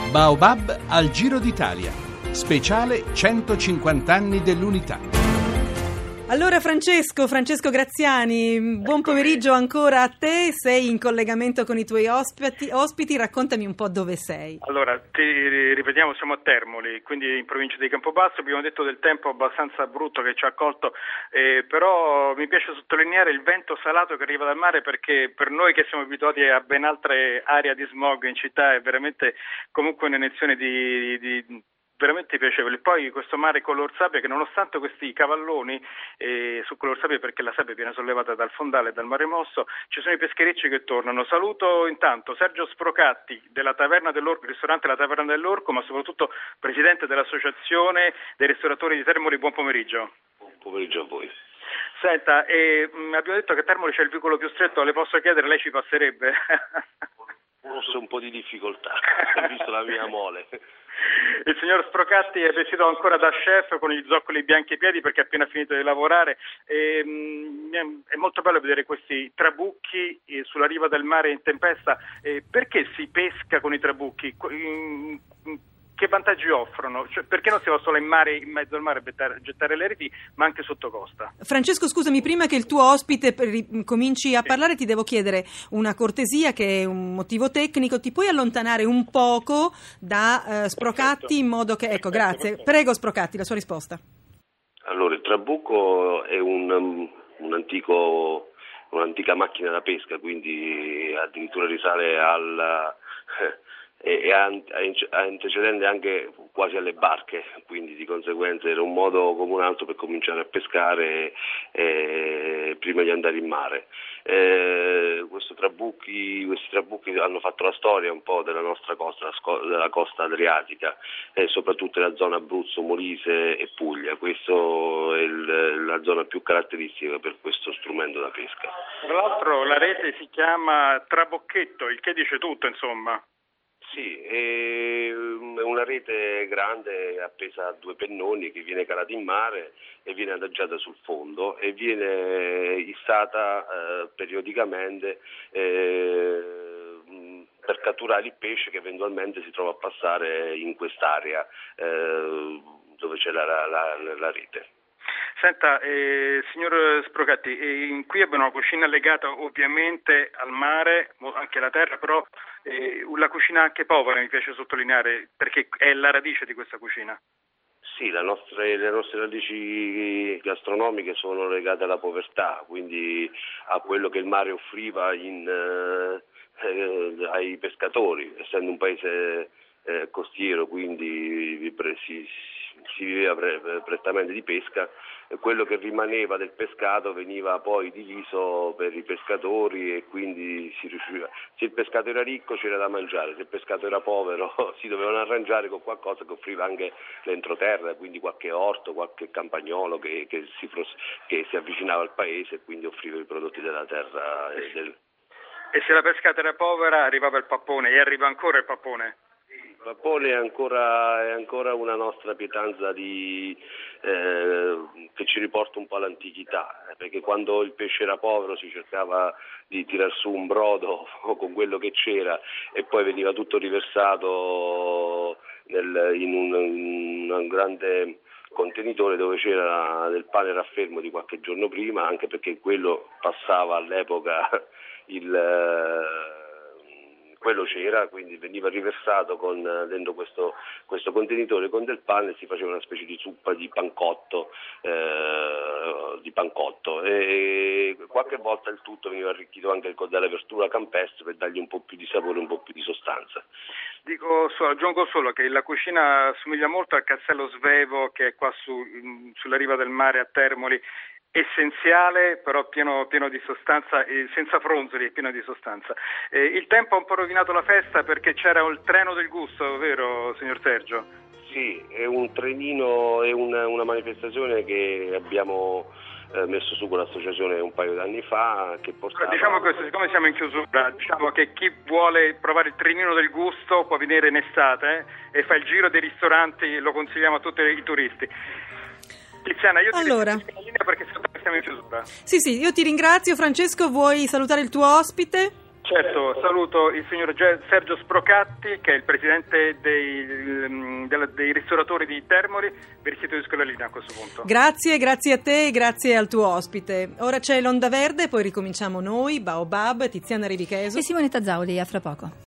Baobab al Giro d'Italia, speciale 150 anni dell'Unità. Allora Francesco Graziani, buon pomeriggio ancora a te, sei in collegamento con i tuoi ospiti, raccontami un po' dove sei. Allora, ripetiamo, siamo a Termoli, quindi in provincia di Campobasso, abbiamo detto del tempo abbastanza brutto che ci ha accolto, però mi piace sottolineare il vento salato che arriva dal mare, perché per noi che siamo abituati a ben altre aree di smog in città è veramente comunque un'emozione veramente piacevole. Poi questo mare color sabbia, che nonostante questi cavalloni su color sabbia, perché la sabbia viene sollevata dal fondale e dal mare mosso, ci sono i pescherecci che tornano. Saluto intanto Sergio Sprocatti della Taverna dell'Orco, il ristorante La Taverna dell'Orco, ma soprattutto presidente dell'Associazione dei Ristoratori di Termoli. Buon pomeriggio. Buon pomeriggio a voi. Senta, abbiamo detto che a Termoli c'è il vicolo più stretto, le posso chiedere, lei ci passerebbe? Forse un po' di difficoltà, visto la mia mole. Il signor Sprocatti è vestito ancora da chef con gli zoccoli bianchi ai piedi perché ha appena finito di lavorare. È molto bello vedere questi trabucchi sulla riva del mare in tempesta. Perché si pesca con i trabucchi? Che vantaggi offrono? Cioè, perché non si va solo in mezzo al mare a gettare le reti, ma anche sotto costa? Francesco, scusami, prima che il tuo ospite cominci a parlare ti devo chiedere una cortesia, che è un motivo tecnico. Ti puoi allontanare un poco da Sprocatti? Perfetto. In modo che... Ecco, grazie. Perfetto. Prego Sprocatti, la sua risposta. Allora, il trabucco è un'antica macchina da pesca, quindi addirittura risale e antecedente anche quasi alle barche, quindi di conseguenza era un modo come un altro per cominciare a pescare prima di andare in mare. Questi trabucchi hanno fatto la storia un po' della nostra costa, della costa adriatica, soprattutto nella zona Abruzzo, Molise e Puglia. Questa è la zona più caratteristica per questo strumento da pesca. Tra l'altro la rete si chiama trabocchetto, il che dice tutto, insomma. Sì, è una rete grande appesa a due pennoni che viene calata in mare e viene adagiata sul fondo e viene issata periodicamente per catturare il pesce che eventualmente si trova a passare in quest'area dove c'è la rete. Senta, signor Sprocatti, qui abbiamo una cucina legata ovviamente al mare, anche alla terra, però la cucina anche povera, mi piace sottolineare, perché è la radice di questa cucina. Sì, le nostre radici gastronomiche sono legate alla povertà, quindi a quello che il mare offriva ai pescatori, essendo un paese costiero, quindi si viveva prettamente di pesca. Quello che rimaneva del pescato veniva poi diviso per i pescatori e quindi si riusciva. Se il pescato era ricco c'era da mangiare, se il pescato era povero si dovevano arrangiare con qualcosa che offriva anche l'entroterra, quindi qualche orto, qualche campagnolo che si avvicinava al paese e quindi offriva i prodotti della terra. E se la pescata era povera arrivava il pappone, e arriva ancora il pappone? Il pappone è ancora una nostra pietanza che ci riporta un po' all'antichità, perché quando il pesce era povero si cercava di tirar su un brodo con quello che c'era e poi veniva tutto riversato in un grande contenitore dove c'era del pane raffermo di qualche giorno prima, anche perché quello passava all'epoca quello c'era, quindi veniva riversato dentro questo contenitore con del pane e si faceva una specie di zuppa di pancotto e qualche volta il tutto veniva arricchito anche dalla verdura campestre per dargli un po' più di sapore, un po' più di sostanza. Aggiungo solo che la cucina somiglia molto al Castello Svevo, che è qua sulla riva del mare a Termoli. Essenziale, però pieno di sostanza, senza fronzoli, pieno di sostanza. Il tempo ha un po' rovinato la festa perché c'era il treno del gusto, vero signor Sergio? Sì, è un trenino, è una manifestazione che abbiamo messo su con l'associazione un paio d'anni fa, che portava... Diciamo che siccome siamo in chiusura, diciamo che chi vuole provare il trenino del gusto può venire in estate e fa il giro dei ristoranti, lo consigliamo a tutti i turisti. Tiziana, io ti ringrazio la linea perché siamo in chiusura. Sì, io ti ringrazio. Francesco, vuoi salutare il tuo ospite? Certo, saluto il signor Sergio Sprocatti, che è il presidente dei ristoratori di Termoli. Vi restituisco la linea a questo punto. Grazie a te e grazie al tuo ospite. Ora c'è l'Onda Verde, poi ricominciamo noi, Baobab, Tiziana Rivicheso e Simonetta Zauli. A fra poco.